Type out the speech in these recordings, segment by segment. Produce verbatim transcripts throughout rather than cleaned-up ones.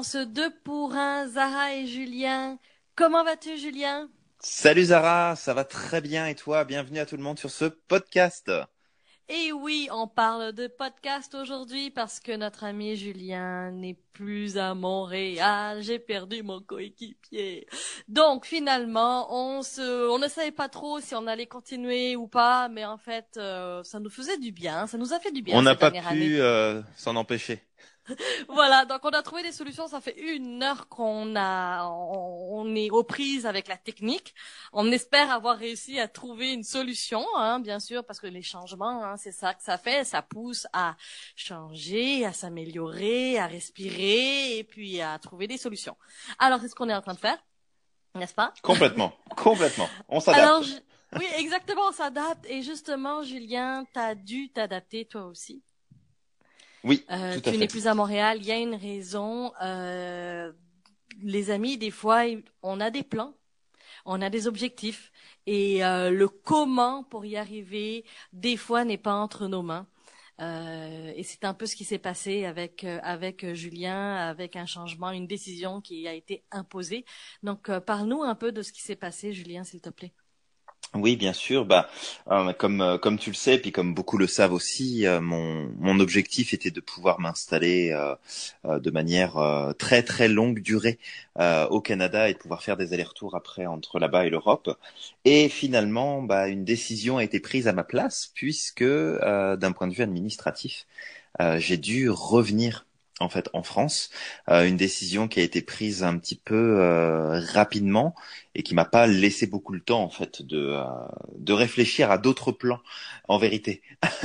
dans ce deux pour un, Zara et Julien. Comment vas-tu, Julien? Salut Zara, ça va très bien et toi? Bienvenue à tout le monde sur ce podcast. Et oui, on parle de podcast aujourd'hui parce que notre ami Julien n'est plus à Montréal. J'ai perdu mon coéquipier. Donc finalement, on se, on ne savait pas trop si on allait continuer ou pas, mais en fait, euh, ça nous faisait du bien. Ça nous a fait du On bien n'a cette pas dernière année. pu euh, s'en empêcher. Voilà, donc on a trouvé des solutions. Ça fait une heure qu'on a, on, on est aux prises avec la technique. On espère avoir réussi à trouver une solution, hein, bien sûr, parce que les changements, hein, c'est ça que ça fait. Ça pousse à changer, à s'améliorer, à respirer et puis à trouver des solutions. Alors, c'est ce qu'on est en train de faire, n'est-ce pas? Complètement, complètement. On Alors, s'adapte. je- oui, exactement, on s'adapte. Et justement, Julien, t'as dû t'adapter toi aussi. Oui, Euh, tout à tu n'es fait. plus à Montréal, il y a une raison. Euh, les amis, des fois, on a des plans, on a des objectifs, et euh, le comment pour y arriver, des fois, n'est pas entre nos mains. Euh, et c'est un peu ce qui s'est passé avec euh, avec Julien, avec un changement, une décision qui a été imposée. Donc, euh, parle-nous un peu de ce qui s'est passé, Julien, s'il te plaît. Oui, bien sûr. Bah, euh, comme euh, comme tu le sais, puis comme beaucoup le savent aussi, euh, mon mon objectif était de pouvoir m'installer euh, euh, de manière euh, très très longue durée euh, au Canada et de pouvoir faire des allers-retours après entre là-bas et l'Europe. Et finalement, bah, une décision a été prise à ma place puisque euh, d'un point de vue administratif, euh, j'ai dû revenir en fait en France. Euh, une décision qui a été prise un petit peu euh, rapidement et qui m'a pas laissé beaucoup le temps en fait de euh, de réfléchir à d'autres plans en vérité.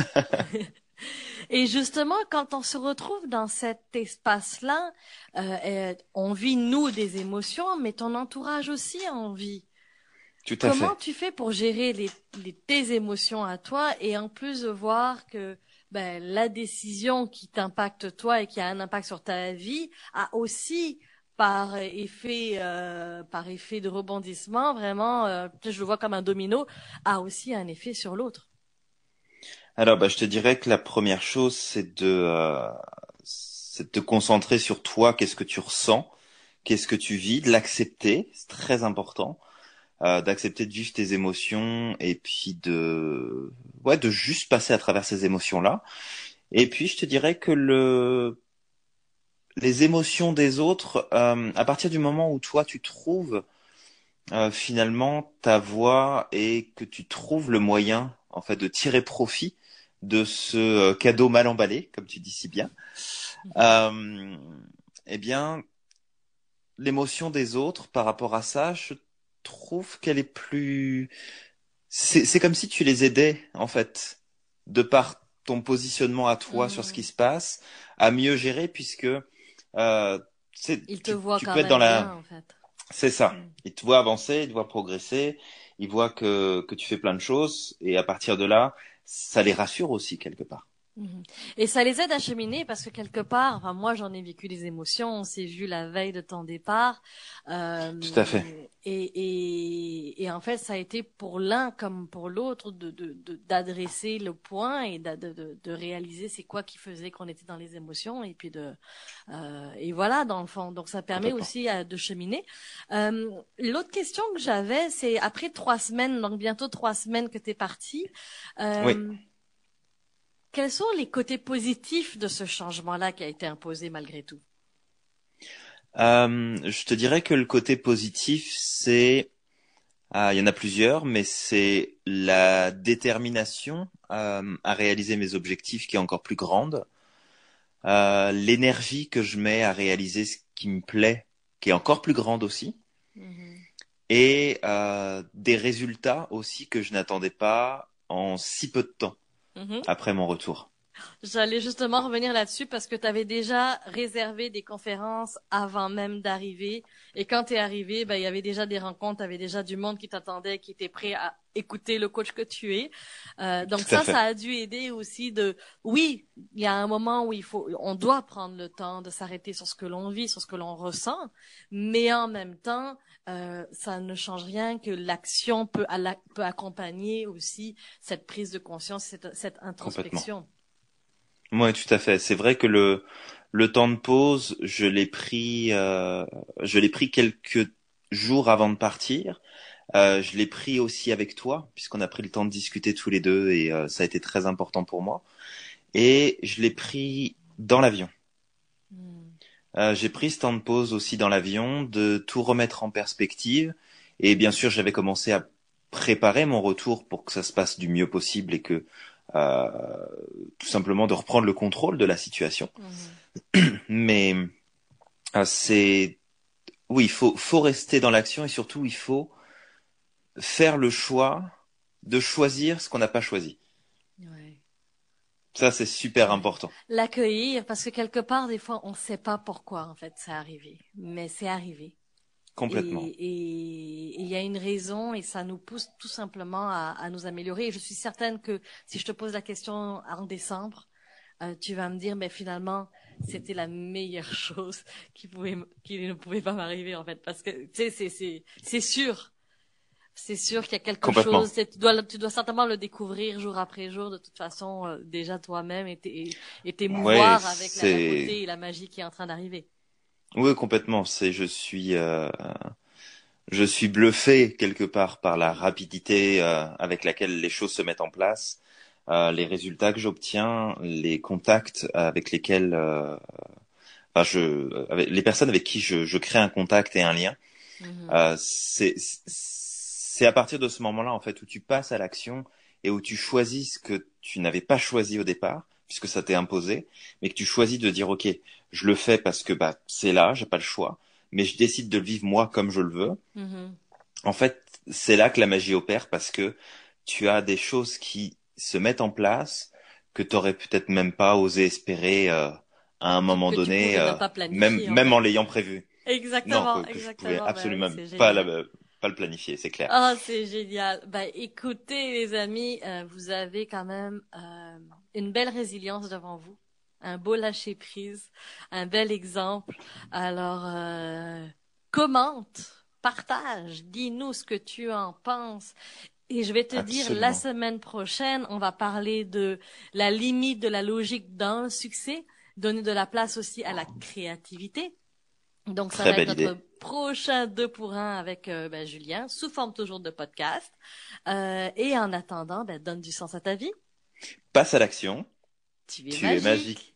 Et justement, quand on se retrouve dans cet espace-là, euh, euh, on vit, nous, des émotions, mais ton entourage aussi en vit. Tout à Comment fait. tu fais pour gérer les, les- tes émotions à toi et en plus de voir que ben, la décision qui t'impacte toi et qui a un impact sur ta vie a aussi par effet euh, par effet de rebondissement vraiment euh, je le vois comme un domino a aussi un effet sur l'autre. Alors bah je te dirais que la première chose c'est de euh, c'est de te concentrer sur toi, qu'est-ce que tu ressens, qu'est-ce que tu vis, de l'accepter, c'est très important. Euh, d'accepter de vivre tes émotions et puis de ouais de juste passer à travers ces émotions-là. Et puis je te dirais que le les émotions des autres, euh, à partir du moment où toi tu trouves euh, finalement ta voix et que tu trouves le moyen en fait de tirer profit de ce euh, cadeau mal emballé, comme tu dis si bien, euh, eh bien l'émotion des autres par rapport à ça, je trouve qu'elle est plus C'est, c'est comme si tu les aidais, en fait, de par ton positionnement à toi sur ce qui Hmm. se passe, à mieux gérer, puisque euh, c'est, Il te tu, voit tu quand peux être dans même la... bien en fait. C'est ça. Hmm. Ils te voient avancer, ils te voient progresser, ils voient que, que tu fais plein de choses, et à partir de là, ça les rassure aussi, quelque part. Mhm. Et ça les aide à cheminer parce que quelque part, enfin moi j'en ai vécu des émotions, on s'est vu la veille de ton départ, Tout à fait. euh, et, et, et en fait ça a été pour l'un comme pour l'autre de, de, de- d'adresser le point et de, de, de de réaliser c'est quoi qui faisait qu'on était dans les émotions et puis de euh, et voilà dans le fond. Donc ça permet Complètement. aussi euh, de cheminer. Euh, l'autre question que j'avais, c'est après trois semaines, donc bientôt trois semaines que t'es parti. Oui. Euh, Quels sont les côtés positifs de ce changement-là qui a été imposé malgré tout? Euh, je te dirais que le côté positif, c'est... Ah, il y en a plusieurs, mais c'est la détermination euh, à réaliser mes objectifs qui est encore plus grande, euh, l'énergie que je mets à réaliser ce qui me plaît qui est encore plus grande aussi, Mhm. et euh, des résultats aussi que je n'attendais pas en si peu de temps Mhm. après mon retour. J'allais justement revenir là-dessus parce que tu avais déjà réservé des conférences avant même d'arriver. Et quand tu es arrivé, ben, il y avait déjà des rencontres, tu avais déjà du monde qui t'attendait, qui était prêt à écouter le coach que tu es. Euh, donc Tout à ça, ça fait, a dû aider aussi de... Oui, il y a un moment où il faut, on doit prendre le temps de s'arrêter sur ce que l'on vit, sur ce que l'on ressent, mais en même temps, euh, ça ne change rien que l'action peut, à la- peut accompagner aussi cette prise de conscience, cette, cette complètement. introspection. Ouais, tout à fait. C'est vrai que le le temps de pause, je l'ai pris, euh, je l'ai pris quelques jours avant de partir. Euh, je l'ai pris aussi avec toi, puisqu'on a pris le temps de discuter tous les deux et euh, ça a été très important pour moi. Et je l'ai pris dans l'avion. Hmm. Euh, j'ai pris ce temps de pause aussi dans l'avion, de tout remettre en perspective. Et bien sûr, j'avais commencé à préparer mon retour pour que ça se passe du mieux possible et que euh, tout simplement de reprendre le contrôle de la situation. Mhm. Mais euh, c'est oui, il faut faut rester dans l'action et surtout il faut faire le choix de choisir ce qu'on n'a pas choisi. Ouais. Ça, c'est super Ouais. important. L'accueillir, parce que quelque part, des fois, on ne sait pas pourquoi, en fait, c'est arrivé. Mais c'est arrivé. Et Complètement. et- et il y a une raison et ça nous pousse tout simplement à, à nous améliorer. Et je suis certaine que si je te pose la question en décembre, euh, tu vas me dire, mais finalement, c'était la meilleure chose qui pouvait, m- qui ne pouvait pas m'arriver, en fait. Parce que, tu sais, c'est, c'est, c'est sûr. C'est sûr qu'il y a quelque chose. Complètement. c'est- Tu dois, tu dois certainement le découvrir jour après jour, de toute façon, euh, déjà toi-même et t'é- et Ouais, t'émouvoir avec la, la c'est beauté et la magie qui est en train d'arriver. oui, complètement. C'est je suis euh, je suis bluffé quelque part par la rapidité euh, avec laquelle les choses se mettent en place, euh, les résultats que j'obtiens, les contacts avec lesquels, euh, enfin, je, avec les personnes avec qui je, je crée un contact et un lien. Mhm. Euh, c'est c'est à partir de ce moment-là en fait où tu passes à l'action et où tu choisis ce que tu n'avais pas choisi au départ puisque ça t'est imposé, mais que tu choisis de dire ok, je le fais parce que bah c'est là, j'ai pas le choix, mais je décide de le vivre moi comme je le veux. Mhm. En fait, c'est là que la magie opère parce que tu as des choses qui se mettent en place que tu aurais peut-être même pas osé espérer euh, à un Tu- moment que tu donné, pouvais euh, même pas même planifier en même en fait. l'ayant prévu. Non, que, Exactement, que je pouvais exactement. Ben oui, absolument c'est pas, génial. la- pas le planifier, c'est clair. Ah, c'est génial. Ben écoutez les amis, euh, vous avez quand même euh, une belle résilience devant vous, un beau lâcher prise, un bel exemple. Alors euh, commente, partage, dis-nous ce que tu en penses. Et je vais te dire, la Absolument. semaine prochaine, on va parler de la limite de la logique dans le succès, donner de la place aussi à la créativité. Donc, ça Très va être belle notre idée. prochain deux pour un avec euh, ben, Julien, sous forme toujours de podcast. Euh, et en attendant, ben, donne du sens à ta vie. Passe à l'action. Tu es Tu es magique. magique.